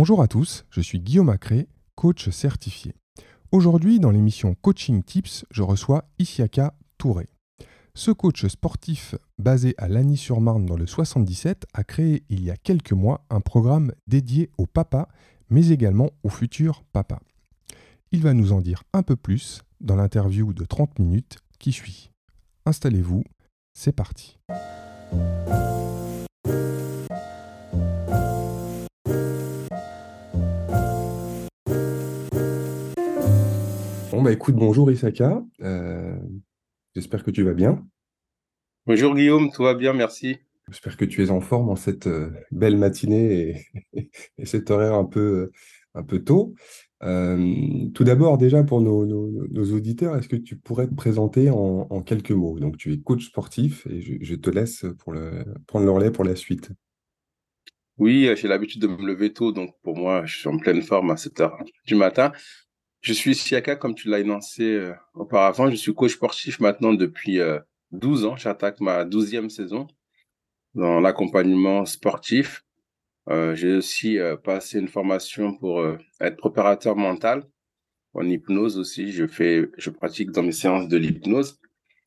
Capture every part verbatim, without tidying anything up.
Bonjour à tous, je suis Guillaume Acré, coach certifié. Aujourd'hui, dans l'émission Coaching Tips, je reçois Isiaka Touré. Ce coach sportif basé à Lagny-sur-Marne dans le soixante-dix-sept a créé il y a quelques mois un programme dédié aux papas, mais également aux futurs papas. Il va nous en dire un peu plus dans l'interview de trente minutes qui suit. Installez-vous, c'est parti. Bon bah écoute, bonjour Isiaka, euh, j'espère que tu vas bien. Bonjour Guillaume, tout va bien, merci. J'espère que tu es en forme en cette euh, belle matinée et, et cet horaire un peu, un peu tôt. Euh, tout d'abord, déjà pour nos, nos- nos auditeurs, est-ce que tu pourrais te présenter en, en quelques mots? Donc, tu es coach sportif et je, je te laisse pour le, prendre le relais pour la suite. Oui, euh, j'ai l'habitude de me lever tôt, donc pour moi, je suis en pleine forme à sept heures du matin. Je suis Siaka, comme tu l'as énoncé euh, auparavant. Je suis coach sportif maintenant depuis euh, douze ans. J'attaque ma douzième saison dans l'accompagnement sportif. Euh, j'ai aussi euh, passé une formation pour euh, être préparateur mental en hypnose aussi. Je fais, je pratique dans mes séances de l'hypnose.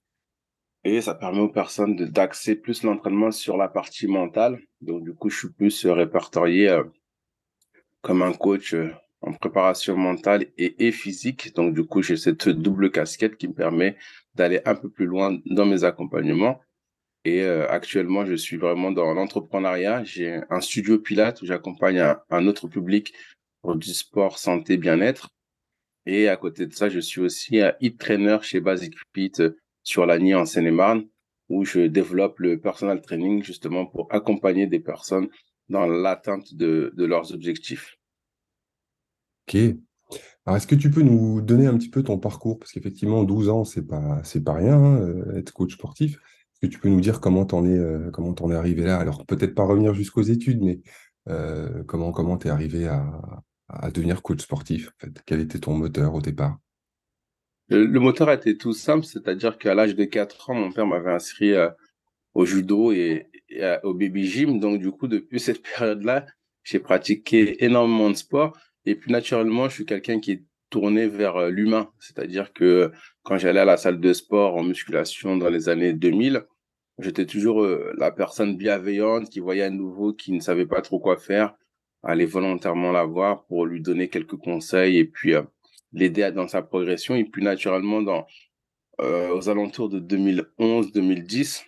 Et ça permet aux personnes de d'axer plus l'entraînement sur la partie mentale. Donc, du coup, je suis plus euh, répertorié euh, comme un coach euh, en préparation mentale et, et physique. Donc, du coup, j'ai cette double casquette qui me permet d'aller un peu plus loin dans mes accompagnements. Et euh, actuellement, je suis vraiment dans l'entrepreneuriat. J'ai un studio Pilates où j'accompagne un, un autre public pour du sport, santé, bien-être. Et à côté de ça, je suis aussi un hit trainer chez Basic Fit euh, sur Lagny en Seine-et-Marne, où je développe le personal training justement pour accompagner des personnes dans l'atteinte de, de leurs objectifs. Ok. Alors, est-ce que tu peux nous donner un petit peu ton parcours? Parce qu'effectivement, douze ans, c'est pas, c'est pas rien, hein, euh, être coach sportif. Est-ce que tu peux nous dire comment t'en es, euh, comment t'en es arrivé là? Alors, peut-être pas revenir jusqu'aux études, mais euh, comment, comment t'es arrivé à, à devenir coach sportif, en fait? Quel était ton moteur au départ? Le, le moteur a été tout simple, c'est-à-dire qu'à l'âge de quatre ans, mon père m'avait inscrit euh, au judo et, et à- au baby gym. Donc, du coup, depuis cette période-là, j'ai pratiqué énormément de sport. Et puis, naturellement, je suis quelqu'un qui est tourné vers euh, l'humain. C'est-à-dire que quand j'allais à la salle de sport en musculation dans les années deux mille, j'étais toujours euh, la personne bienveillante qui voyait un nouveau qui ne savait pas trop quoi faire, aller volontairement la voir pour lui donner quelques conseils et puis euh, l'aider à- dans sa progression. Et puis, naturellement, dans, euh, aux alentours de deux mille onze deux mille dix,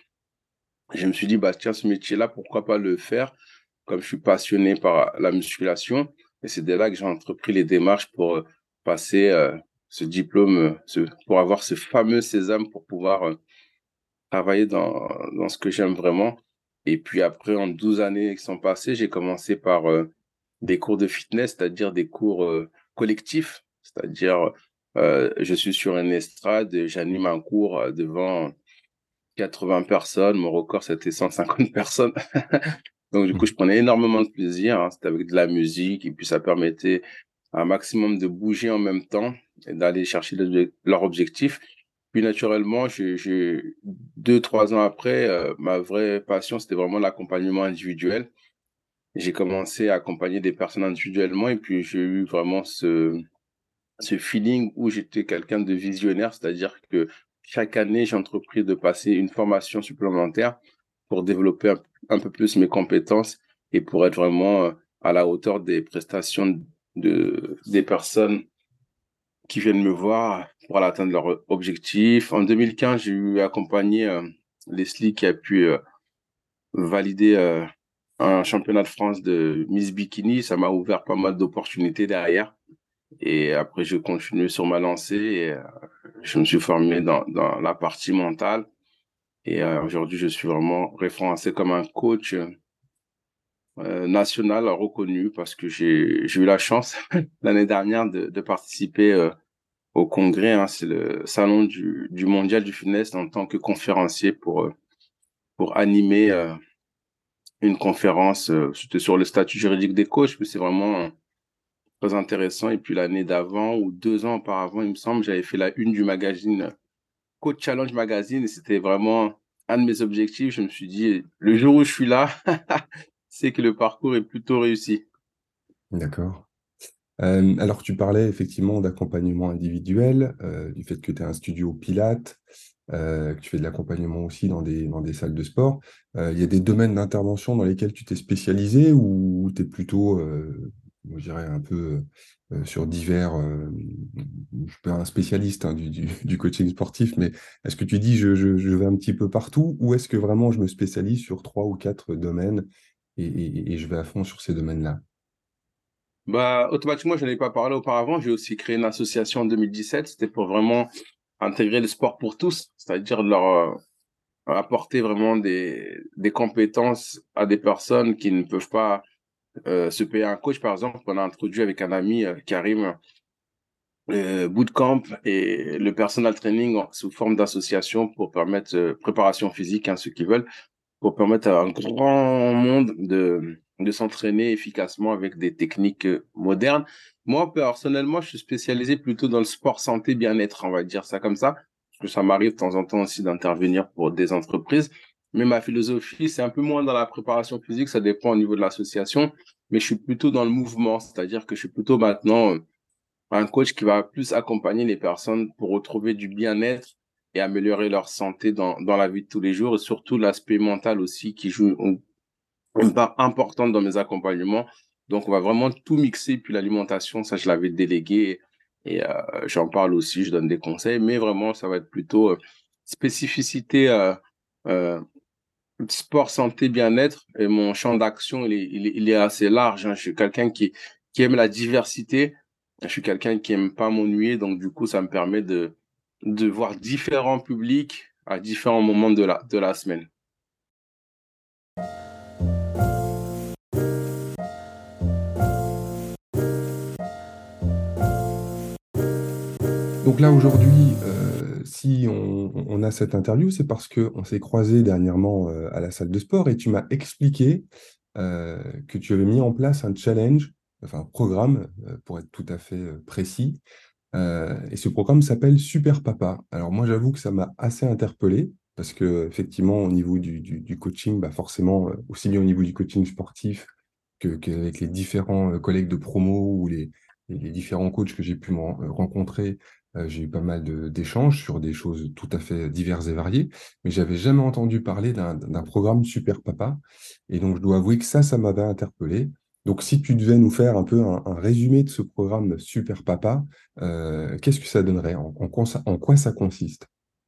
je me suis dit, bah, tiens, ce métier-là, pourquoi pas le faire, comme je suis passionné par la musculation. Et c'est dès là que j'ai entrepris les démarches pour euh, passer euh, ce diplôme, euh, ce, pour avoir ce fameux sésame pour pouvoir euh, travailler dans, dans ce que j'aime vraiment. Et puis après, en douze années qui sont passées, j'ai commencé par euh, des cours de fitness, c'est-à-dire des cours euh, collectifs, c'est-à-dire euh, je suis sur une estrade, j'anime un cours euh, devant quatre-vingts personnes. Mon record, c'était cent cinquante personnes. Donc, du coup, je prenais énormément de plaisir, hein. C'était avec de la musique et puis ça permettait un maximum de bouger en même temps et d'aller chercher l'obje- leur objectif. Puis, naturellement, j'ai, j'ai deux, trois ans après, euh, ma vraie passion, c'était vraiment l'accompagnement individuel. J'ai commencé à accompagner des personnes individuellement et puis j'ai eu vraiment ce, ce feeling où j'étais quelqu'un de visionnaire, c'est-à-dire que chaque année, j'ai entrepris de passer une formation supplémentaire pour développer un, un peu plus mes compétences et pour être vraiment euh, à la hauteur des prestations de, des personnes qui viennent me voir pour atteindre leur objectif. En deux mille quinze, j'ai eu accompagné euh, Leslie qui a pu euh, valider euh, un championnat de France de Miss Bikini. Ça m'a ouvert pas mal d'opportunités derrière. Et après, je continue sur ma lancée et euh, je me suis formé dans, dans la partie mentale. Et euh, aujourd'hui, je suis vraiment référencé comme un coach euh, national reconnu parce que j'ai, j'ai eu la chance l'année dernière de, de participer euh, au congrès. Hein, c'est le salon du, du mondial du fitness en tant que conférencier pour, euh, pour animer euh, une conférence. Euh, c'était sur le statut juridique des coachs, mais c'est vraiment très intéressant. Et puis l'année d'avant ou deux ans auparavant, il me semble, j'avais fait la une du magazine Coach Challenge Magazine et c'était vraiment un de mes objectifs. Je me suis dit, le jour où je suis là, c'est que le parcours est plutôt réussi. D'accord. Euh, alors, tu parlais effectivement d'accompagnement individuel, euh, du fait que tu as un studio Pilates, euh, que tu fais de l'accompagnement aussi dans des, dans des salles de sport. Euh, Il y a des domaines d'intervention dans lesquels tu t'es spécialisé ou tu es plutôt, euh, je dirais, un peu euh, sur divers. Euh, je ne suis pas un spécialiste hein, du, du- du coaching sportif, mais est-ce que tu dis je, je- je vais un petit peu partout ou est-ce que vraiment je me spécialise sur trois ou quatre domaines et, et- et je vais à fond sur ces domaines-là? Bah, automatiquement, je n'en ai pas parlé auparavant. J'ai aussi créé une association en deux mille dix-sept. C'était pour vraiment intégrer le sport pour tous, c'est-à-dire leur euh, apporter vraiment des, des compétences à des personnes qui ne peuvent pas euh, se payer un coach. Par exemple, on a introduit avec un ami, euh, Karim, euh, bootcamp et le personal training en- sous forme d'association pour permettre euh, préparation physique, hein, ceux qui veulent, pour permettre à un grand monde de, de s'entraîner efficacement avec des techniques euh, modernes. Moi, personnellement, je suis spécialisé plutôt dans le sport santé bien-être, on va dire ça comme ça, parce que ça m'arrive de temps en temps aussi d'intervenir pour des entreprises. Mais ma philosophie, c'est un peu moins dans la préparation physique, ça dépend au niveau de l'association, mais je suis plutôt dans le mouvement, c'est-à-dire que je suis plutôt maintenant euh, un coach qui va plus accompagner les personnes pour retrouver du bien-être et améliorer leur santé dans, dans la vie de tous les jours et surtout l'aspect mental aussi qui joue une, une part importante dans mes accompagnements. Donc, on va vraiment tout mixer. Puis l'alimentation, ça, je l'avais délégué et euh, j'en parle aussi, je donne des conseils, mais vraiment, ça va être plutôt euh, spécificité euh, euh, sport, santé, bien-être. Et mon champ d'action, il est, il est, il est assez large, hein. Je suis quelqu'un qui, qui aime la diversité. Je suis quelqu'un qui aime pas m'ennuyer. Donc, du coup, ça me permet de, de voir différents publics à différents moments de la, de la semaine. Donc là, aujourd'hui, euh, si on, on a cette interview, c'est parce qu'on s'est croisé dernièrement euh, à la salle de sport et tu m'as expliqué euh, que tu avais mis en place un challenge, enfin un programme, euh, pour être tout à fait euh, précis. Euh, et ce programme s'appelle Super Papa. Alors moi, j'avoue que ça m'a assez interpellé parce que effectivement, au niveau du, du- du coaching, bah forcément, euh, aussi bien au niveau du coaching sportif que, qu'avec les différents euh, collègues de promo ou les, les- les différents coachs que j'ai pu m'en- euh, rencontrer, euh, j'ai eu pas mal de- d'échanges sur des choses tout à fait diverses et variées, mais j'avais jamais entendu parler d'un d'un programme Super Papa. Et donc, je dois avouer que ça, ça m'avait interpellé. Donc, si tu devais nous faire un peu un, un résumé de ce programme Super Papa, euh, qu'est-ce que ça donnerait? En, en quoi ça, en quoi ça consiste?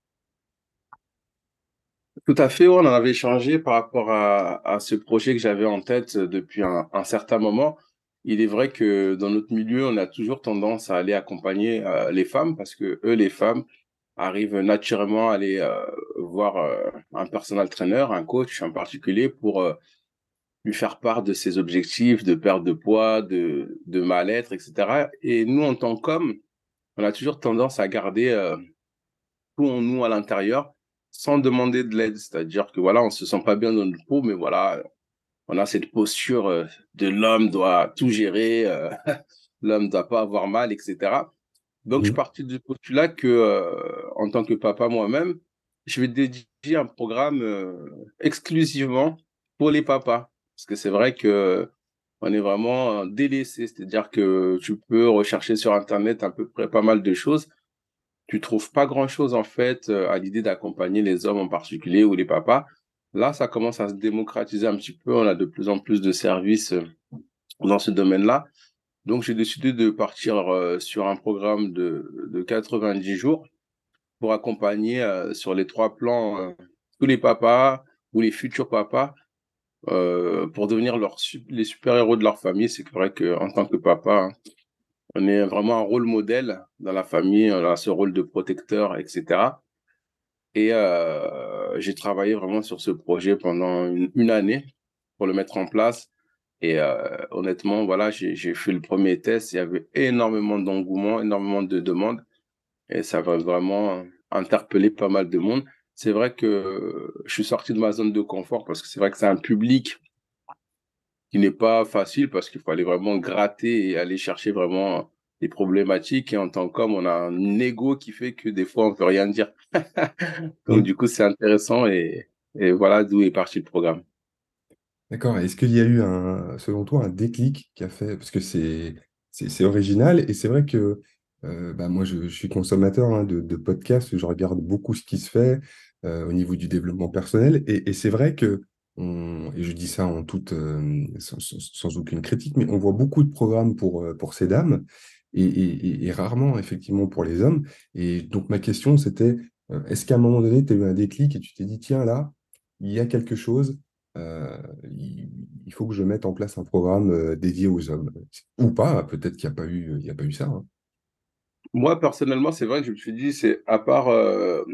Tout à fait, ouais, on en avait échangé par rapport à, à ce projet que j'avais en tête depuis un, un certain moment. Il est vrai que dans notre milieu, on a toujours tendance à aller accompagner euh, les femmes parce que eux, les femmes, arrivent naturellement à aller euh, voir euh, un personal trainer, un coach en particulier pour euh, lui faire part de ses objectifs de perte de poids, de, de mal-être, et cetera. Et nous, en tant qu'hommes, on a toujours tendance à garder euh, tout en nous à l'intérieur sans demander de l'aide. C'est-à-dire que voilà, on se sent pas bien dans notre peau, mais voilà, on a cette posture euh, de l'homme doit tout gérer, euh, l'homme doit pas avoir mal, et cetera. Donc, je suis Mhm. parti du postulat que, euh, en tant que papa moi-même, je vais dédier un programme euh, exclusivement pour les papas. Parce que c'est vrai que on est vraiment euh, délaissé, c'est-à-dire que tu peux rechercher sur Internet à peu près pas mal de choses. Tu trouves pas grand-chose en fait euh, à l'idée d'accompagner les hommes en particulier ou les papas. Là, ça commence à se démocratiser un petit peu. On a de plus en plus de services euh, dans ce domaine-là. Donc, j'ai décidé de partir euh, sur un programme de, de quatre-vingt-dix jours pour accompagner euh, sur les trois plans euh, tous les papas ou les futurs papas euh, pour devenir leurs su- les super-héros de leur famille. C'est vrai qu'en tant que papa, hein, on est vraiment un rôle modèle dans la famille, on a ce rôle de protecteur, et cetera. Et euh, j'ai travaillé vraiment sur ce projet pendant une, une année pour le mettre en place. Et euh, honnêtement, voilà, j'ai, j'ai fait le premier test. Il y avait énormément d'engouement, énormément de demandes. Et ça va vraiment interpeller pas mal de monde. C'est vrai que je suis sorti de ma zone de confort parce que c'est vrai que c'est un public qui n'est pas facile parce qu'il faut aller vraiment gratter et aller chercher vraiment des problématiques. Et en tant qu'homme, on a un ego qui fait que des fois, on peut rien dire. Donc, Mhm. du coup, c'est intéressant et, et voilà d'où est parti le programme. D'accord. Est-ce qu'il y a eu un, selon toi, un déclic qui a fait, parce que c'est c'est c'est original et c'est vrai que euh, bah, moi je, je suis consommateur hein, de, de podcasts, je regarde beaucoup ce qui se fait euh, au niveau du développement personnel et, et c'est vrai que on- et je dis ça en toute euh, sans, sans- sans aucune critique, mais on voit beaucoup de programmes pour euh, pour ces dames et, et- et- et rarement effectivement pour les hommes. Et donc ma question c'était euh, est-ce qu'à un moment donné tu as eu un déclic et tu t'es dit tiens là il y a quelque chose euh, il, il faut que je mette en place un programme euh, dédié aux hommes. Ou pas, peut-être qu'il n'y a pas eu, il y a pas eu ça, hein. Moi, personnellement, c'est vrai que je me suis dit, c'est à part, euh,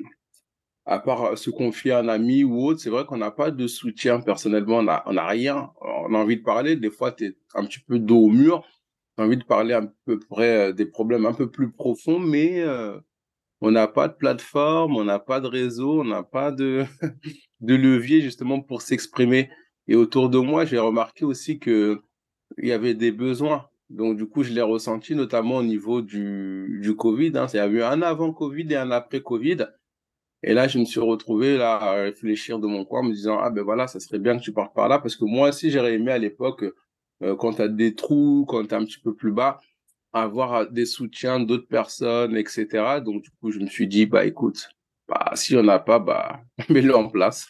à part se confier à un ami ou autre, c'est vrai qu'on n'a pas de soutien personnellement, on n'a on a rien. On a envie de parler, des fois, tu es un petit peu dos au mur, tu as envie de parler à peu près euh, des problèmes un peu plus profonds, mais euh, on n'a pas de plateforme, on n'a pas de réseau, on n'a pas de, de levier justement pour s'exprimer. Et autour de moi, j'ai remarqué aussi que il y avait des besoins. Donc, du coup, je l'ai ressenti notamment au niveau du, du Covid, hein. Il y a eu un avant Covid et un après Covid. Et là, je me suis retrouvé là à réfléchir de mon coin, me disant, ah ben voilà, ça serait bien que tu partes par là, parce que moi aussi, j'aurais aimé à l'époque, euh, quand tu as des trous, quand tu es un petit peu plus bas, avoir des soutiens d'autres personnes, et cetera. Donc, du coup, je me suis dit, bah écoute, bah, si on n'a pas, bah, mets-le en place.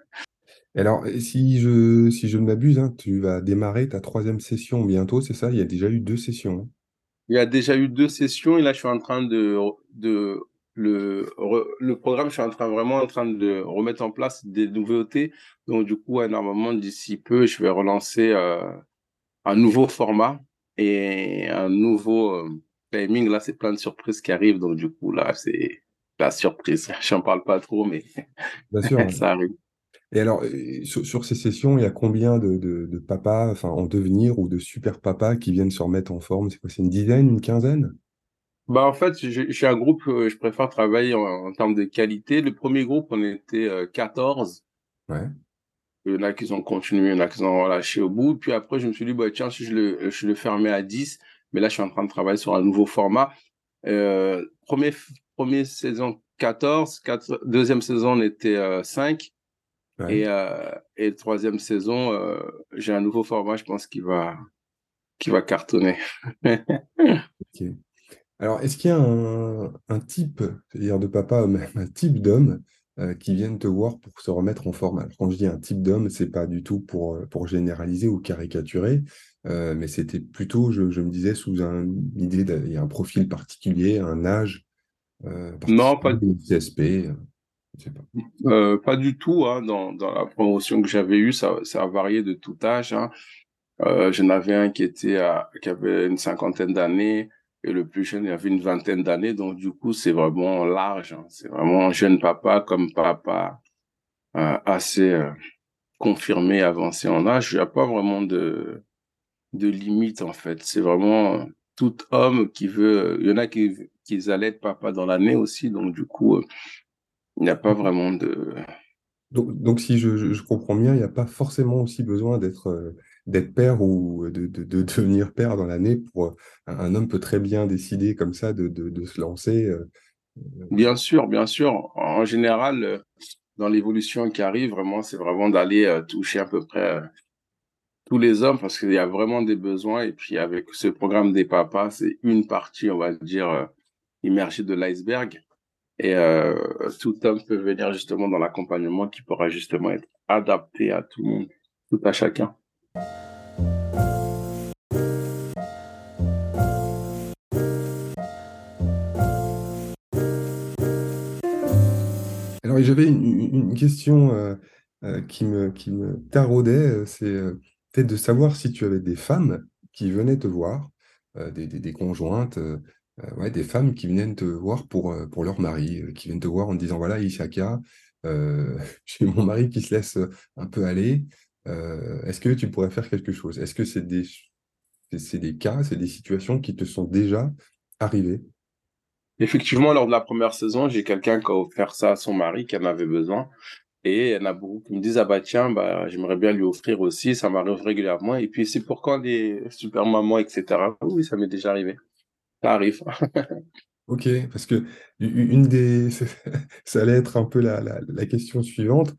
Et alors, si je, si je ne m'abuse, hein, tu vas démarrer ta troisième session bientôt, c'est ça? Il y a déjà eu deux sessions, hein. Il y a déjà eu deux sessions et là, je suis en train de, de le, re- le programme, je suis en train vraiment en train de remettre en place des nouveautés. Donc, du coup, ouais, normalement, d'ici peu, je vais relancer euh, un nouveau format et un nouveau euh, timing. Là, c'est plein de surprises qui arrivent. Donc, du coup, là, c'est la surprise. J'en parle pas trop, mais Bien sûr, hein. ça arrive. Et alors, euh, sur, sur ces sessions, il y a combien de, de, de papas, enfin, en devenir ou de super papas qui viennent se remettre en forme? C'est quoi? C'est une dizaine, une quinzaine? Bah, en fait, j'ai j'ai un groupe, euh, je préfère travailler en, en termes de qualité. Le premier groupe, on était euh, quatorze. Ouais, Il y en a qui ont continué, il y en a qui ont lâché au bout. Puis après, je me suis dit, bah, tiens, si je le, je le fermais à dix, mais là, je suis en train de travailler sur un nouveau format. Euh, premier, première saison quatorze, quatre, deuxième saison, on était euh, cinq. ouais, Et, euh, et troisième saison, euh, j'ai un nouveau format, je pense, qui va, qui va cartonner. ok. Alors, est-ce qu'il y a un, un type, c'est-à-dire de papa, ou même un type d'homme euh, qui viennent te voir pour se remettre en forme? Alors, quand je dis un type d'homme, c'est pas du tout pour, euh, pour généraliser ou caricaturer, euh, mais c'était plutôt, je, je me disais, sous un- une idée, d'un- il y a un profil particulier, un âge euh, Non, particulier, pas, une C S P, euh, je sais pas. euh, pas du tout, hein. Dans, dans la promotion que j'avais eue, ça, ça a varié de tout âge, hein. Euh, j'en avais un qui était à, qui avait une cinquantaine d'années et le plus jeune, il avait une vingtaine d'années. Donc, du coup, c'est vraiment large, hein. C'est vraiment jeune papa comme papa euh, assez euh, confirmé, avancé en âge. Il n'y a pas vraiment de, de limite, en fait. C'est vraiment euh, tout homme qui veut. Il y en a qui, qui allaient être papa dans l'année aussi. Donc, du coup, euh, il n'y a pas vraiment de. Donc, donc, si je, je- je comprends bien, il n'y a pas forcément aussi besoin d'être euh, d'être père ou de, de- de devenir père dans l'année pour euh, un, un homme peut très bien décider comme ça de, de- de se lancer. euh, Bien sûr, bien sûr. En général, euh, dans l'évolution qui arrive, vraiment, c'est vraiment d'aller euh, toucher à peu près euh, tous les hommes parce qu'il y a vraiment des besoins. Et puis avec ce programme des papas, c'est une partie, on va dire, euh, immergée de l'iceberg. Et euh, tout homme peut venir justement dans l'accompagnement qui pourra justement être adapté à tout le monde, tout à chacun. Alors, j'avais une, une- une question euh, euh, qui me, qui me taraudait, euh, c'est euh, peut-être de savoir si tu avais des femmes qui venaient te voir, euh, des, des- des conjointes, euh, euh, ouais, des femmes qui venaient te voir pour, euh, pour leur mari, euh, qui viennent te voir en te disant, voilà, Ishaka, euh, j'ai mon mari qui se laisse un peu aller, euh, est-ce que tu pourrais faire quelque chose? Est-ce que c'est des, c'est c'est des cas, c'est des situations qui te sont déjà arrivées? Effectivement, lors de la première saison, j'ai quelqu'un qui a offert ça à son mari qui en avait besoin. Et il y en a beaucoup qui me disent, ah bah tiens, bah, j'aimerais bien lui offrir aussi, ça m'arrive régulièrement. Et puis, c'est pour quand les super mamans, et cetera. Oui, ça m'est déjà arrivé. Ça arrive. Ok, parce que u- une des, ça allait être un peu la, la- la question suivante.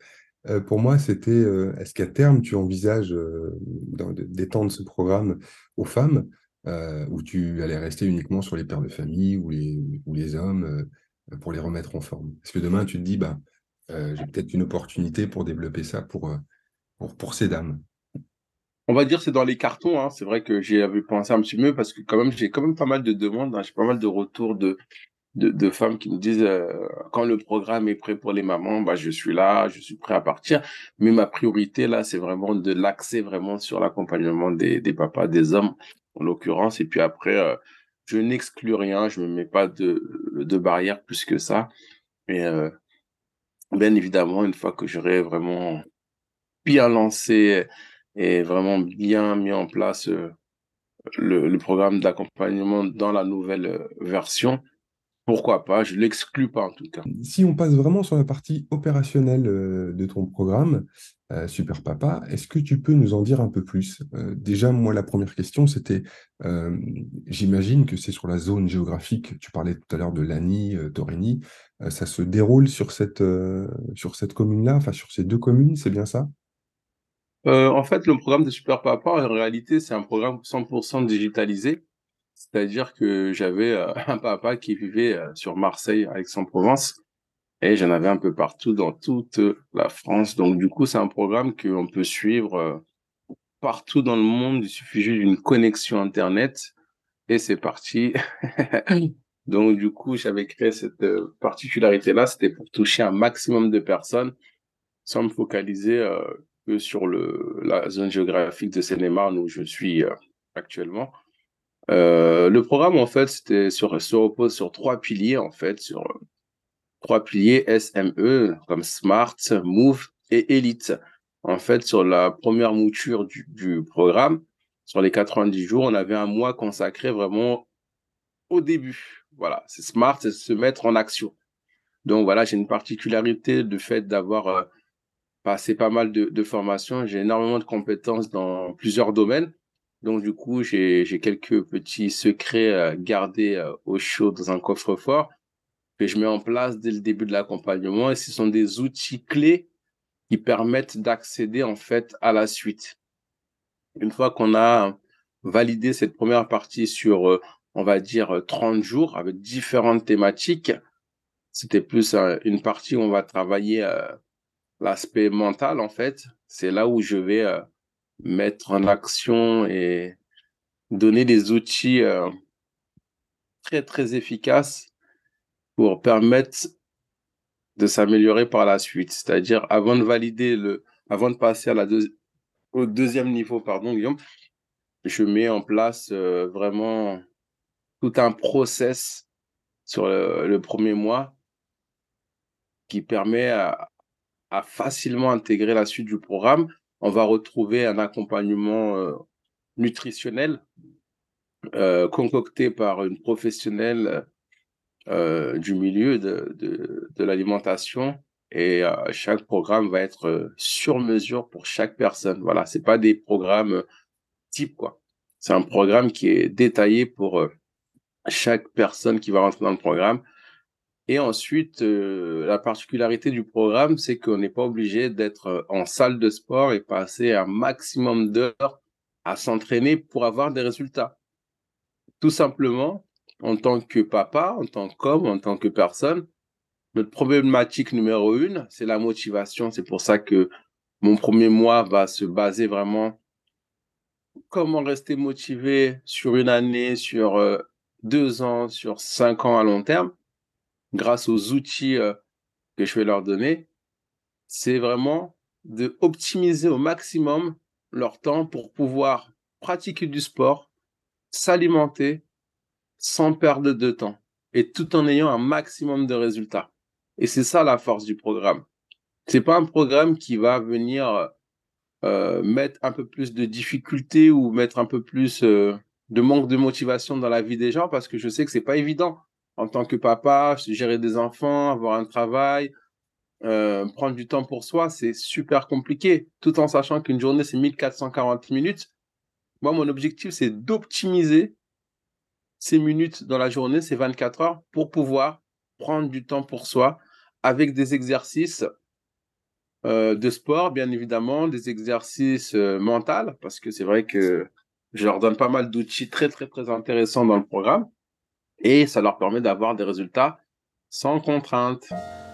Euh, pour moi, c'était euh, est-ce qu'à terme, tu envisages euh, dans- de- d'étendre ce programme aux femmes, euh, où tu allais rester uniquement sur les pères de famille ou les, ou les hommes euh, pour les remettre en forme? Est-ce que demain, tu te dis, bah, euh, j'ai peut-être une opportunité pour développer ça pour, euh, pour, pour ces dames? On va dire c'est dans les cartons, hein. C'est vrai que j'y avais pensé un petit peu parce que quand même j'ai quand même pas mal de demandes, hein. J'ai pas mal de retours de, de, de femmes qui me disent euh, quand le programme est prêt pour les mamans, bah je suis là, je suis prêt à partir. Mais ma priorité là, c'est vraiment de l'axer vraiment sur l'accompagnement des, des papas, des hommes en l'occurrence. Et puis après, euh, je n'exclus rien, je me mets pas de, de barrière plus que ça. Et euh, bien évidemment, une fois que j'aurai vraiment bien lancé et vraiment bien mis en place euh, le, le programme d'accompagnement dans la nouvelle euh, version, pourquoi pas, je l'exclus pas en tout cas. Si on passe vraiment sur la partie opérationnelle euh, de ton programme, euh, Super Papa, est-ce que tu peux nous en dire un peu plus? Euh, déjà, moi, la première question, c'était, euh, j'imagine que c'est sur la zone géographique, tu parlais tout à l'heure de Lagny, euh, Torigny, euh, ça se déroule sur cette, euh, sur cette commune-là, enfin sur ces deux communes, c'est bien ça? Euh, en fait, le programme de Super Papa, en réalité, c'est un programme cent pour cent digitalisé. C'est-à-dire que j'avais euh, un papa qui vivait euh, sur Marseille, Aix-en-Provence, et j'en avais un peu partout dans toute la France. Donc, du coup, c'est un programme qu'on peut suivre euh, partout dans le monde. Il suffit juste d'une connexion Internet et c'est parti. Donc, du coup, j'avais créé cette euh, particularité-là. C'était pour toucher un maximum de personnes sans me focaliser euh, que sur le, la zone géographique de Seine-et-Marne où je suis euh, actuellement. Euh, le programme, en fait, c'était sur, se repose sur trois piliers, en fait, sur euh, trois piliers S M E, comme Smart, Move et Elite. En fait, sur la première mouture du, du programme, sur les quatre-vingt-dix jours, on avait un mois consacré vraiment au début. Voilà, c'est Smart, c'est se mettre en action. Donc voilà, j'ai une particularité de fait d'avoir euh, passé pas mal de, de formations. J'ai énormément de compétences dans plusieurs domaines. Donc, du coup, j'ai, j'ai quelques petits secrets euh, gardés euh, au chaud dans un coffre-fort que je mets en place dès le début de l'accompagnement. Et ce sont des outils clés qui permettent d'accéder, en fait, à la suite. Une fois qu'on a validé cette première partie sur, euh, on va dire, trente jours avec différentes thématiques, c'était plus euh, une partie où on va travailler euh, l'aspect mental, en fait. C'est là où je vais euh, mettre en action et donner des outils euh, très, très efficaces pour permettre de s'améliorer par la suite. C'est-à-dire, avant de valider le, avant de passer à la deux- au deuxième niveau, pardon, Guillaume, je mets en place euh, vraiment tout un process sur le, le premier mois qui permet à, à facilement intégrer la suite du programme. On va retrouver un accompagnement euh, nutritionnel euh, concocté par une professionnelle euh, du milieu de, de, de l'alimentation et euh, chaque programme va être euh, sur mesure pour chaque personne. Voilà, c'est pas des programmes type quoi. C'est un programme qui est détaillé pour euh, chaque personne qui va rentrer dans le programme. Et ensuite, euh, la particularité du programme, c'est qu'on n'est pas obligé d'être euh, en salle de sport et passer un maximum d'heures à s'entraîner pour avoir des résultats. Tout simplement, en tant que papa, en tant qu'homme, en tant que personne, notre problématique numéro une, c'est la motivation. C'est pour ça que mon premier mois va se baser vraiment comment rester motivé sur une année, sur euh, deux ans, sur cinq ans à long terme, grâce aux outils euh, que je vais leur donner. C'est vraiment de optimiser au maximum leur temps pour pouvoir pratiquer du sport, s'alimenter sans perdre de temps et tout en ayant un maximum de résultats. Et c'est ça la force du programme. C'est pas un programme qui va venir euh, mettre un peu plus de difficultés ou mettre un peu plus euh, de manque de motivation dans la vie des gens parce que je sais que c'est pas évident en tant que papa, gérer des enfants, avoir un travail, euh, prendre du temps pour soi, c'est super compliqué, tout en sachant qu'une journée c'est mille quatre cent quarante minutes. Moi, mon objectif c'est d'optimiser ces minutes dans la journée, ces vingt-quatre heures, pour pouvoir prendre du temps pour soi avec des exercices euh, de sport, bien évidemment, des exercices euh, mentaux, parce que c'est vrai que je leur donne pas mal d'outils très, très, très intéressants dans le programme et ça leur permet d'avoir des résultats sans contrainte.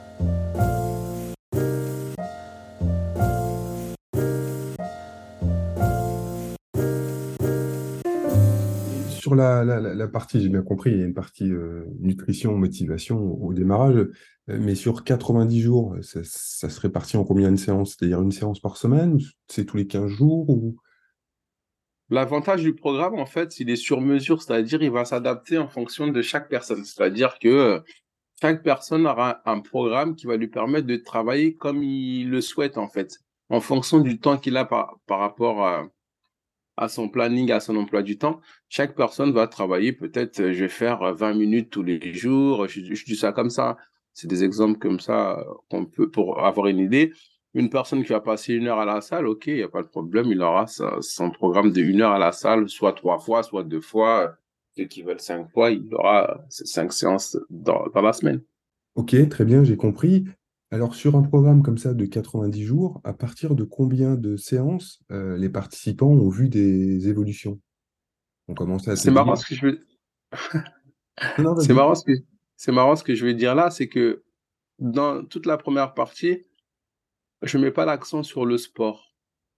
Sur la, la- la- la partie, j'ai bien compris, il y a une partie euh, nutrition, motivation au, au démarrage, euh, mais sur quatre-vingt-dix jours, ça, ça se répartit en combien de séances? C'est-à-dire une séance par semaine? C'est tous les quinze jours ou... L'avantage du programme, en fait, il est sur mesure, c'est-à-dire il va s'adapter en fonction de chaque personne. C'est-à-dire que euh, chaque personne aura un programme qui va lui permettre de travailler comme il le souhaite, en fait, en fonction du temps qu'il a par, par rapport à, à son planning, à son emploi du temps. Chaque personne va travailler, peut-être, euh, je vais faire euh, vingt minutes tous les jours. Je, je dis ça comme ça. C'est des exemples comme ça euh, qu'on peut, pour avoir une idée. Une personne qui va passer une heure à la salle, ok, il n'y a pas de problème, il aura sa- son programme de une heure à la salle, soit trois fois, soit deux fois. Ceux qui veulent cinq fois, il aura ces cinq séances dans, dans la semaine. Ok, très bien, j'ai compris. Alors sur un programme comme ça de quatre-vingt-dix jours, à partir de combien de séances euh, les participants ont vu des évolutions? On commence à se C'est marrant dire... ce que je veux, Non, non, c'est vas-y. marrant ce que, c'est marrant ce que je vais dire là, c'est que dans toute la première partie, je mets pas l'accent sur le sport.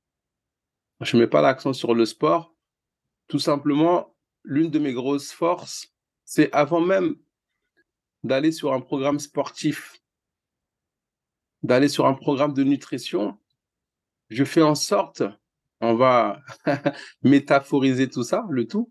Je mets pas l'accent sur le sport. Tout simplement, l'une de mes grosses forces, c'est avant même d'aller sur un programme sportif, d'aller sur un programme de nutrition, je fais en sorte, on va métaphoriser tout ça, le tout.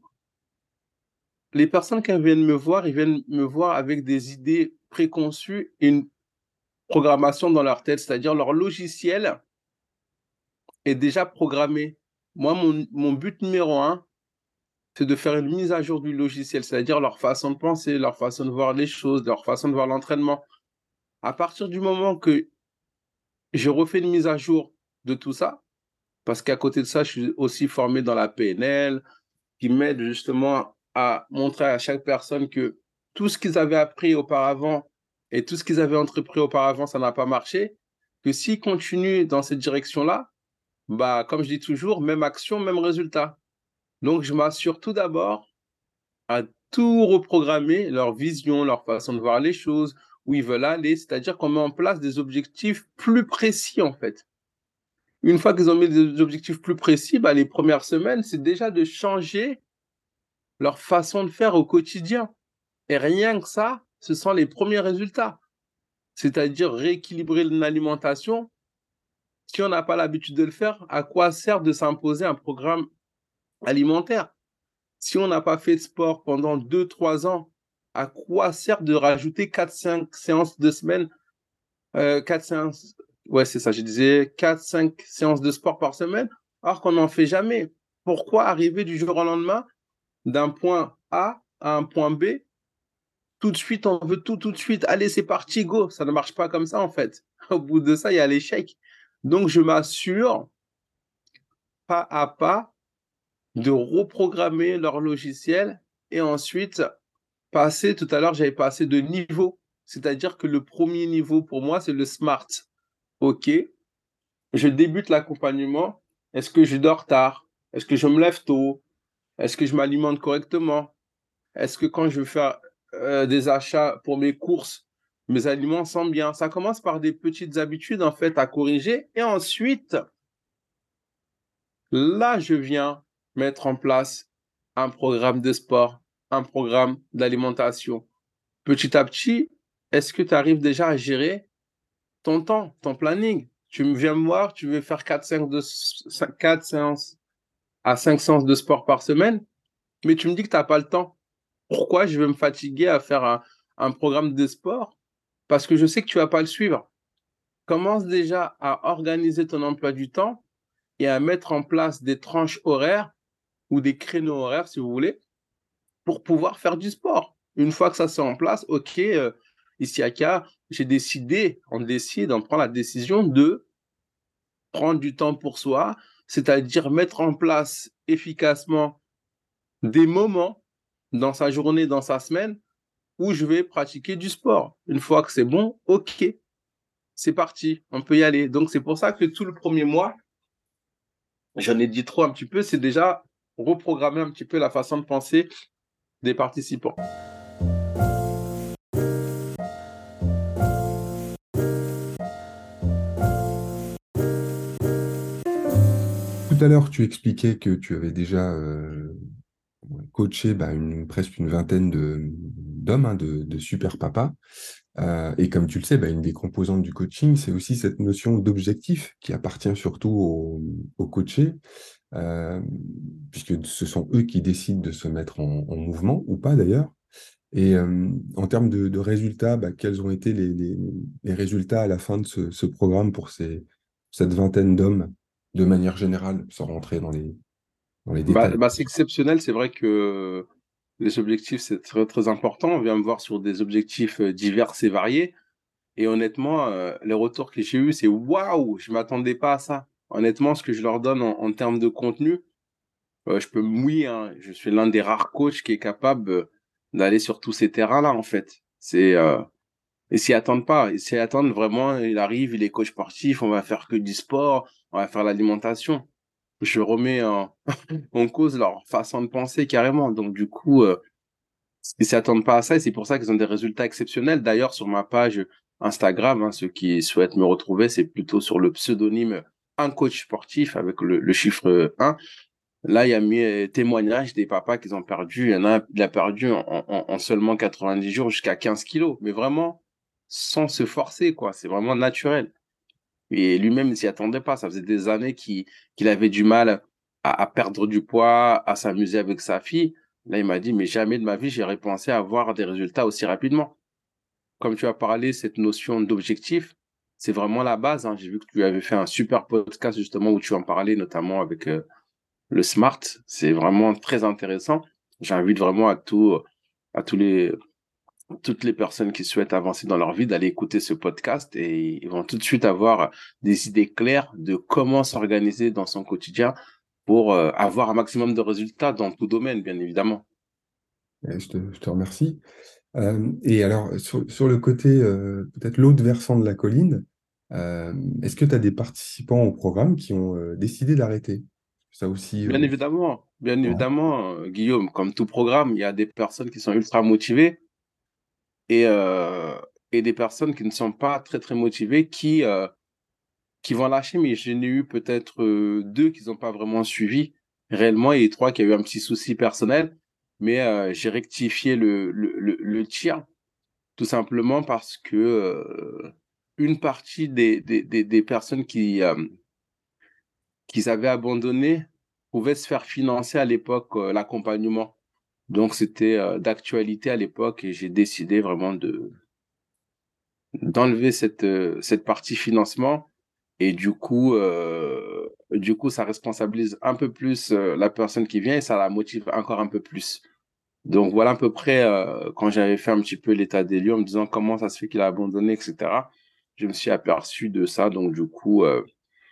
Les personnes qui viennent me voir, ils viennent me voir avec des idées préconçues et une programmation dans leur tête, c'est-à-dire leur logiciel est déjà programmé. Moi, mon, mon but numéro un, c'est de faire une mise à jour du logiciel, c'est-à-dire leur façon de penser, leur façon de voir les choses, leur façon de voir l'entraînement. À partir du moment que je refais une mise à jour de tout ça, parce qu'à côté de ça, je suis aussi formé dans la P N L, qui m'aide justement à montrer à chaque personne que tout ce qu'ils avaient appris auparavant et tout ce qu'ils avaient entrepris auparavant, ça n'a pas marché, que s'ils continuent dans cette direction-là, bah, comme je dis toujours, même action, même résultat. Donc, je m'assure tout d'abord à tout reprogrammer, leur vision, leur façon de voir les choses, où ils veulent aller, c'est-à-dire qu'on met en place des objectifs plus précis, en fait. Une fois qu'ils ont mis des objectifs plus précis, bah, les premières semaines, c'est déjà de changer leur façon de faire au quotidien. Et rien que ça, ce sont les premiers résultats. C'est-à-dire rééquilibrer l'alimentation. Si on n'a pas l'habitude de le faire, à quoi sert de s'imposer un programme alimentaire? Si on n'a pas fait de sport pendant deux trois ans, à quoi sert de rajouter quatre cinq séances de semaine, euh, quatre séances, ouais, c'est ça, je disais quatre cinq séances de sport par semaine, alors qu'on n'en fait jamais. Pourquoi arriver du jour au lendemain d'un point A à un point B? Tout de suite, on veut tout, tout de suite. Allez, c'est parti, go. Ça ne marche pas comme ça, en fait. Au bout de ça, il y a l'échec. Donc, je m'assure, pas à pas, de reprogrammer leur logiciel et ensuite passer, tout à l'heure, j'avais passé de niveau. C'est-à-dire que le premier niveau pour moi, c'est le SMART. OK, je débute l'accompagnement. Est-ce que je dors tard? Est-ce que je me lève tôt? Est-ce que je m'alimente correctement? Est-ce que quand je fais euh, des achats pour mes courses, mes aliments sont bien? Ça commence par des petites habitudes, en fait, à corriger. Et ensuite, là, je viens mettre en place un programme de sport, un programme d'alimentation. Petit à petit, est-ce que tu arrives déjà à gérer ton temps, ton planning? Tu me viens me voir, tu veux faire quatre cinq de, quatre séances à cinq séances de sport par semaine, mais tu me dis que tu n'as pas le temps. Pourquoi je vais me fatiguer à faire un, un programme de sport? Parce que je sais que tu ne vas pas le suivre. Commence déjà à organiser ton emploi du temps et à mettre en place des tranches horaires ou des créneaux horaires, si vous voulez, pour pouvoir faire du sport. Une fois que ça c'est en place, ok, euh, ici à K, j'ai décidé, on décide, on prend la décision de prendre du temps pour soi, c'est-à-dire mettre en place efficacement des moments dans sa journée, dans sa semaine, où je vais pratiquer du sport. Une fois que c'est bon, ok. c'est parti, on peut y aller. Donc, c'est pour ça que tout le premier mois, j'en ai dit trop un petit peu, c'est déjà reprogrammer un petit peu la façon de penser des participants. Tout à l'heure, tu expliquais que tu avais déjà euh, coaché bah, une, presque une vingtaine de, d'hommes, hein, de, de super papas. Euh, et comme tu le sais, bah, une des composantes du coaching, c'est aussi cette notion d'objectif qui appartient surtout aux, aux coachés, euh, puisque ce sont eux qui décident de se mettre en, en mouvement, ou pas d'ailleurs. Et euh, en termes de, de résultats, bah, quels ont été les, les- les résultats à la fin de ce, ce programme pour ces, cette vingtaine d'hommes, de manière générale, sans rentrer dans les, dans les Bah, détails? bah, c'est exceptionnel, c'est vrai que les objectifs, c'est très, très important. On vient me voir sur des objectifs euh, divers et variés. Et honnêtement, euh, les retours que j'ai eus, c'est waouh, je m'attendais pas à ça. Honnêtement, ce que je leur donne en, en termes de contenu, euh, je peux me mouiller, hein. Je suis l'un des rares coachs qui est capable euh, d'aller sur tous ces terrains-là, en fait. C'est, euh, ils s'y attendent pas. Ils s'y attendent vraiment. Il arrive, il est coach sportif, on va faire que du sport, on va faire l'alimentation. Je remets en, en cause leur façon de penser carrément. Donc, du coup, euh, ils s'attendent pas à ça et c'est pour ça qu'ils ont des résultats exceptionnels. D'ailleurs, sur ma page Instagram, hein, ceux qui souhaitent me retrouver, c'est plutôt sur le pseudonyme un coach sportif avec le, le chiffre un. Là, il y a mis euh, témoignages des papas qui ont perdu. Il y en a, il a perdu en, en, en seulement quatre-vingt-dix jours jusqu'à quinze kilos, mais vraiment sans se forcer, quoi. C'est vraiment naturel. Et lui-même ne s'y attendait pas. Ça faisait des années qu'il qu'il avait du mal à, à perdre du poids, à s'amuser avec sa fille. Là, il m'a dit, mais jamais de ma vie, j'aurais pensé avoir des résultats aussi rapidement. Comme tu as parlé, cette notion d'objectif, c'est vraiment la base, hein. J'ai vu que tu avais fait un super podcast justement où tu en parlais, notamment avec euh, le SMART. C'est vraiment très intéressant. J'invite vraiment à tout, à tous les, toutes les personnes qui souhaitent avancer dans leur vie d'aller écouter ce podcast et ils vont tout de suite avoir des idées claires de comment s'organiser dans son quotidien pour euh, avoir un maximum de résultats dans tout domaine, bien évidemment. Euh, Je te, je te remercie. Euh, et alors, sur, sur le côté, euh, peut-être l'autre versant de la colline, euh, est-ce que tu as des participants au programme qui ont euh, décidé d'arrêter? Ça aussi, Bien euh, évidemment, bien ouais. évidemment, euh, Guillaume, comme tout programme, il y a des personnes qui sont ultra motivées et, euh, et des personnes qui ne sont pas très, très motivées qui, euh, qui vont lâcher, mais je n'ai eu peut-être euh, deux qui n'ont pas vraiment suivi réellement et trois qui ont eu un petit souci personnel. Mais euh, j'ai rectifié le, le, le, le tir tout simplement parce que euh, une partie des, des, des, des personnes qui, euh, qui avaient abandonné pouvaient se faire financer à l'époque euh, l'accompagnement. Donc c'était euh, d'actualité à l'époque et j'ai décidé vraiment de d'enlever cette, euh, cette partie financement. Et du coup, euh, du coup, ça responsabilise un peu plus euh, la personne qui vient et ça la motive encore un peu plus. Donc voilà à peu près euh, quand j'avais fait un petit peu l'état des lieux en me disant comment ça se fait qu'il a abandonné, et cetera. Je me suis aperçu de ça. Donc du coup, euh,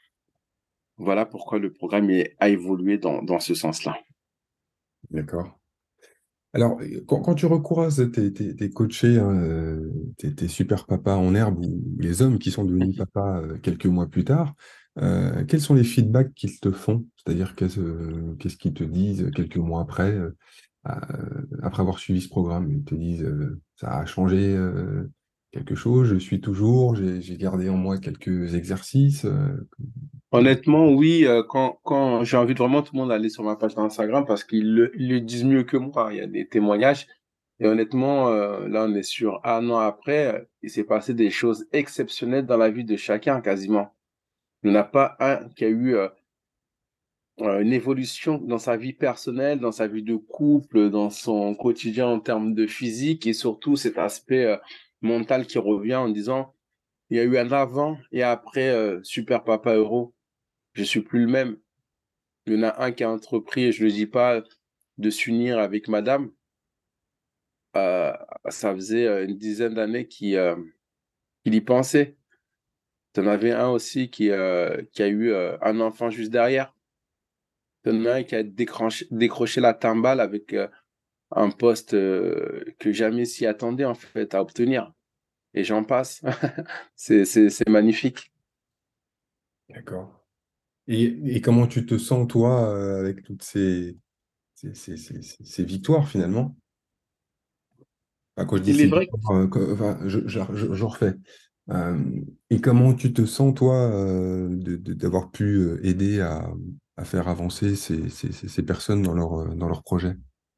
voilà pourquoi le programme est- a évolué dans, dans ce sens-là. D'accord. Alors, euh, quand, quand tu recroises tes, tes, tes coachés, hein, euh, tes, tes super papas en herbe ou les hommes qui sont devenus papas euh, quelques mois plus tard, euh, quels sont les feedbacks qu'ils te font? C'est-à-dire qu'est-ce euh, qu'est-ce qu'ils te disent quelques mois après, euh, à- après avoir suivi ce programme? Ils te disent euh, ça a changé euh, quelque chose, je suis toujours, j'ai j'ai gardé en moi quelques exercices. euh, Honnêtement, oui, euh, quand, quand j'invite vraiment tout le monde à aller sur ma page Instagram parce qu'ils le, ils le disent mieux que moi. Il y a des témoignages. Et honnêtement, euh, là, on est sur un an après, euh, il s'est passé des choses exceptionnelles dans la vie de chacun, quasiment. Il n'y en a pas un qui a eu euh, euh, une évolution dans sa vie personnelle, dans sa vie de couple, dans son quotidien en termes de physique et surtout cet aspect euh, mental qui revient en disant, il y a eu un avant et après euh, Super Papa Euro. Je suis plus le même. Il y en a un qui a entrepris, et je ne le dis pas, de s'unir avec madame. Euh, Ça faisait euh, une dizaine d'années qu'il euh, qu'il y pensait. Tu en avais un aussi qui, euh, qui a eu euh, un enfant juste derrière. Tu en as un qui a décroché, décroché la timbale avec euh, un poste euh, que jamais s'y attendait en fait à obtenir. et j'en passe. C'est, c'est, c'est magnifique. D'accord. Et, et comment tu te sens, toi, euh, avec toutes ces, ces, ces- ces- ces- ces victoires, finalement? Enfin, quand je dis Il est ces vrai. victoires, euh, que- enfin, je, je- je- je refais. Euh, et comment tu te sens, toi, euh, de- de- d'avoir pu euh, aider à, à faire avancer ces, ces- ces- ces personnes dans leur, euh, dans leur projet?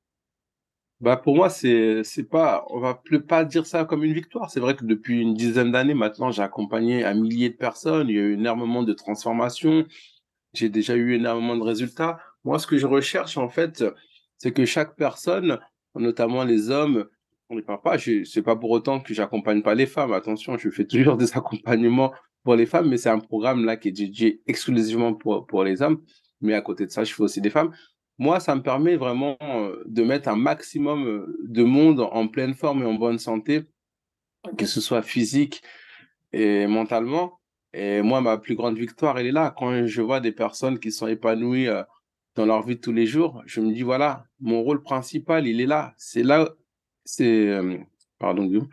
Bah pour moi, c'est c'est pas, on va plus pas dire ça comme une victoire. C'est vrai que depuis une dizaine d'années maintenant, j'ai accompagné un millier de personnes. Il y a eu énormément de transformations. J'ai déjà eu énormément de résultats. Moi, ce que je recherche en fait, c'est que chaque personne, notamment les hommes, on ne parle pas. je- C'est pas pour autant que j'accompagne pas les femmes. Attention, je fais toujours des accompagnements pour les femmes, mais c'est un programme là qui est dédié exclusivement pour pour les hommes. Mais à côté de ça, je fais aussi des femmes. Moi, ça me permet vraiment euh, de mettre un maximum euh, de monde en pleine forme et en bonne santé, que ce soit physique et mentalement. Et moi, ma plus grande victoire, elle est là. Quand je vois des personnes qui sont épanouies euh, dans leur vie de tous les jours, je me dis, voilà, mon rôle principal, il est là. C'est là, c'est, euh, pardon, Guillaume.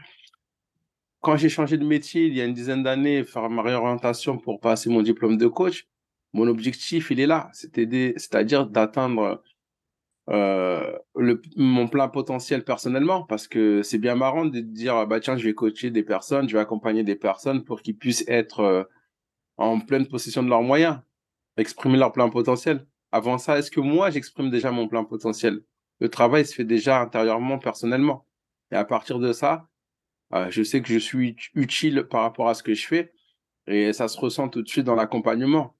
Quand j'ai changé de métier il y a une dizaine d'années, faire ma réorientation pour passer mon diplôme de coach, mon objectif, il est là. C'est aider, c'est-à-dire d'atteindre euh, le, mon plein potentiel personnellement, parce que c'est bien marrant de dire, ah bah tiens, je vais coacher des personnes, je vais accompagner des personnes pour qu'ils puissent être euh, en pleine possession de leurs moyens, exprimer leur plein potentiel. Avant ça, est-ce que moi, j'exprime déjà mon plein potentiel? Le travail se fait déjà intérieurement, personnellement. Et à partir de ça, euh, je sais que je suis utile par rapport à ce que je fais et ça se ressent tout de suite dans l'accompagnement.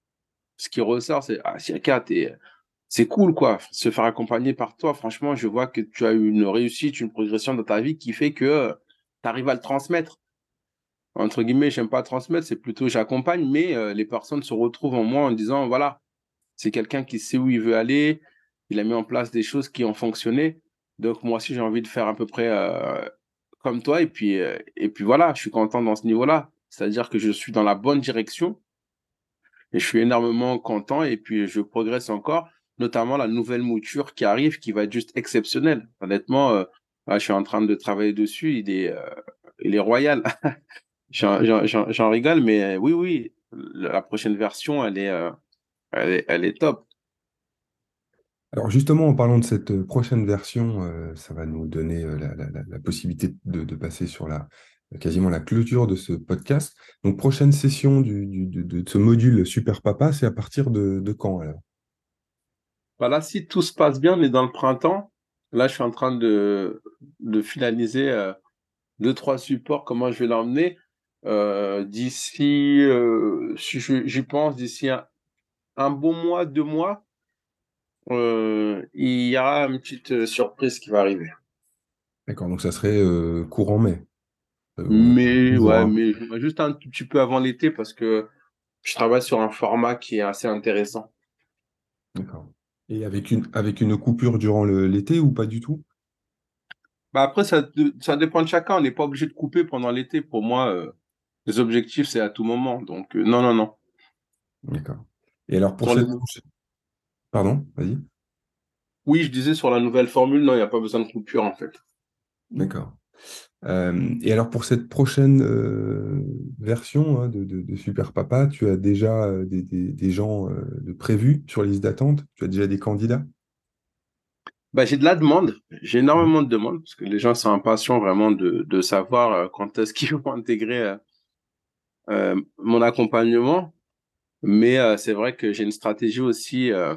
Ce qui ressort, c'est, ah, Siaka, t'es, c'est cool, quoi. Se faire accompagner par toi, franchement, je vois que tu as eu une réussite, une progression dans ta vie qui fait que tu arrives à le transmettre. Entre guillemets, j'aime pas transmettre, c'est plutôt j'accompagne, mais euh, les personnes se retrouvent en moi en disant, voilà, c'est quelqu'un qui sait où il veut aller, il a mis en place des choses qui ont fonctionné. Donc moi aussi, j'ai envie de faire à peu près euh, comme toi, et puis, euh, et puis voilà, je suis content dans ce niveau-là. C'est-à-dire que je suis dans la bonne direction et je suis énormément content et puis je progresse encore, notamment la nouvelle mouture qui arrive, qui va être juste exceptionnelle. Honnêtement, euh, là, je suis en train de travailler dessus, il est, euh, il est royal. J'en, j'en, j'en- j'en rigole, mais euh, oui, oui, la prochaine version, elle est, euh, elle est, elle est top. Alors justement, en parlant de cette euh, prochaine version, euh, ça va nous donner euh, la, la- la- la possibilité de, de passer sur la, quasiment la clôture de ce podcast. Donc prochaine session du, du- de, de ce module Super Papa, c'est à partir de, de quand alors? Voilà, si tout se passe bien, on est dans le printemps. Là, je suis en train de, de finaliser euh, deux, trois supports, comment je vais l'emmener. Euh, d'ici, euh, si je- j'y pense, d'ici un, un bon mois, deux mois, euh, il y aura une petite euh, surprise qui va arriver. D'accord, donc ça serait euh, courant mai. Euh, on, Mais on ouais, aura. mais juste un tout petit peu avant l'été parce que je travaille sur un format qui est assez intéressant. D'accord. Et avec une, avec une coupure durant le- l'été ou pas du tout? Bah après, ça, ça dépend de chacun. On n'est pas obligé de couper pendant l'été. Pour moi, euh, les objectifs, c'est à tout moment. Donc, euh, non, non, non. D'accord. Et alors pour Sur les... cette prochaine... Pardon, vas-y. Oui, je disais sur la nouvelle formule, non, il n'y a pas besoin de coupure en fait. D'accord. Euh, et alors pour cette prochaine euh, version hein, de, de- de Super Papa, tu as déjà euh, des, des- des gens euh, de prévus sur liste d'attente? Tu as déjà des candidats? Bah, j'ai de la demande. J'ai Mhm. énormément de demandes parce que les gens sont impatients vraiment de, de savoir euh, quand est-ce qu'ils vont intégrer euh, euh, mon accompagnement. Mais euh, c'est vrai que j'ai une stratégie aussi euh,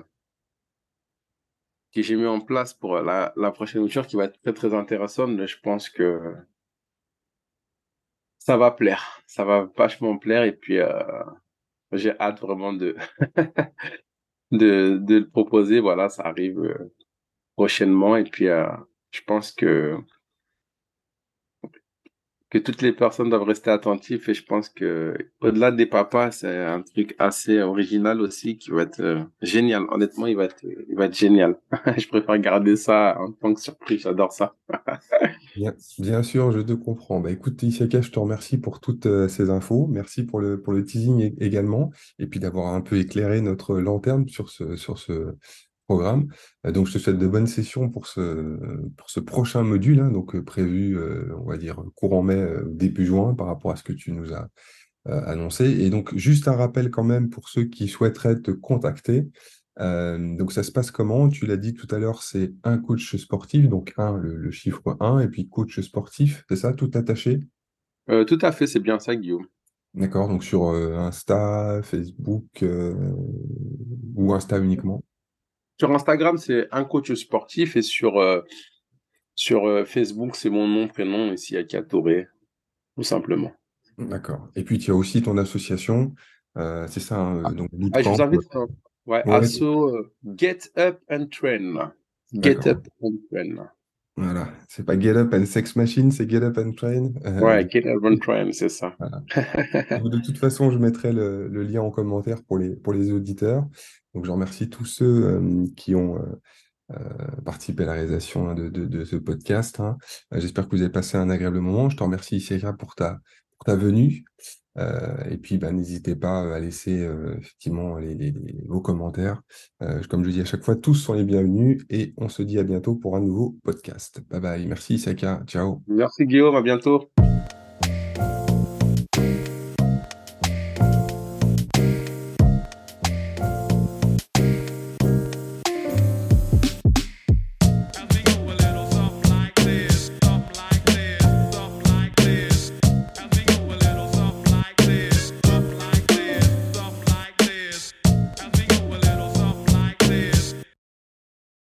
que j'ai mis en place pour la, la prochaine mouture qui va être très très intéressante. Je pense que ça va plaire. Ça va vachement plaire et puis euh, j'ai hâte vraiment de, de, de le proposer. Voilà, ça arrive euh, prochainement et puis euh, je pense que que toutes les personnes doivent rester attentives et je pense que au-delà des papas, c'est un truc assez original aussi qui va être euh, génial. Honnêtement, il va être, il va être génial. Je préfère garder ça en tant que surprise. J'adore ça. Bien, bien sûr, je te comprends. Bah, écoute, Issaka, je te remercie pour toutes euh, ces infos. Merci pour le, pour le teasing é- également. Et puis d'avoir un peu éclairé notre lanterne sur ce, sur ce programme. Euh, donc, je te souhaite de bonnes sessions pour ce, pour ce prochain module, hein, donc euh, prévu, euh, on va dire, courant mai, euh, début juin, par rapport à ce que tu nous as euh, annoncé. Et donc, juste un rappel quand même pour ceux qui souhaiteraient te contacter. Euh, donc, ça se passe comment? Tu l'as dit tout à l'heure, c'est un coach sportif, donc un, le, le chiffre un, et puis coach sportif, c'est ça, tout attaché? Euh, tout à fait, c'est bien ça, Guillaume. D'accord, donc sur euh, Insta, Facebook euh, ou Insta uniquement. Sur Instagram, c'est un coach sportif et sur, euh, sur euh, Facebook, c'est mon nom, prénom, ici à Touré, tout simplement. D'accord. Et puis tu as aussi ton association, euh, c'est ça, hein, Ah, euh, donc ah, je vous Bootcamp. invite, hein. Ouais, Ouais, asso euh, Get Up and Train. Get d'accord. Up and Train. Voilà. C'est pas Get Up and Sex Machine, c'est Get Up and Train. Euh, Ouais, du- Get Up and Train, c'est ça. voilà. Donc, de toute façon, je mettrai le, le lien en commentaire pour les, pour les auditeurs. Donc je remercie tous ceux euh, qui ont euh, euh, participé à la réalisation hein, de, de- de ce podcast, hein. Euh, J'espère que vous avez passé un agréable moment. Je te remercie, Issachar, pour ta, pour ta venue. Euh, et puis, bah, n'hésitez pas à laisser euh, effectivement les, les- les- vos commentaires. Euh, comme je dis à chaque fois, tous sont les bienvenus et on se dit à bientôt pour un nouveau podcast. Bye bye. Merci, Issachar. Ciao. Merci Guillaume, à bientôt.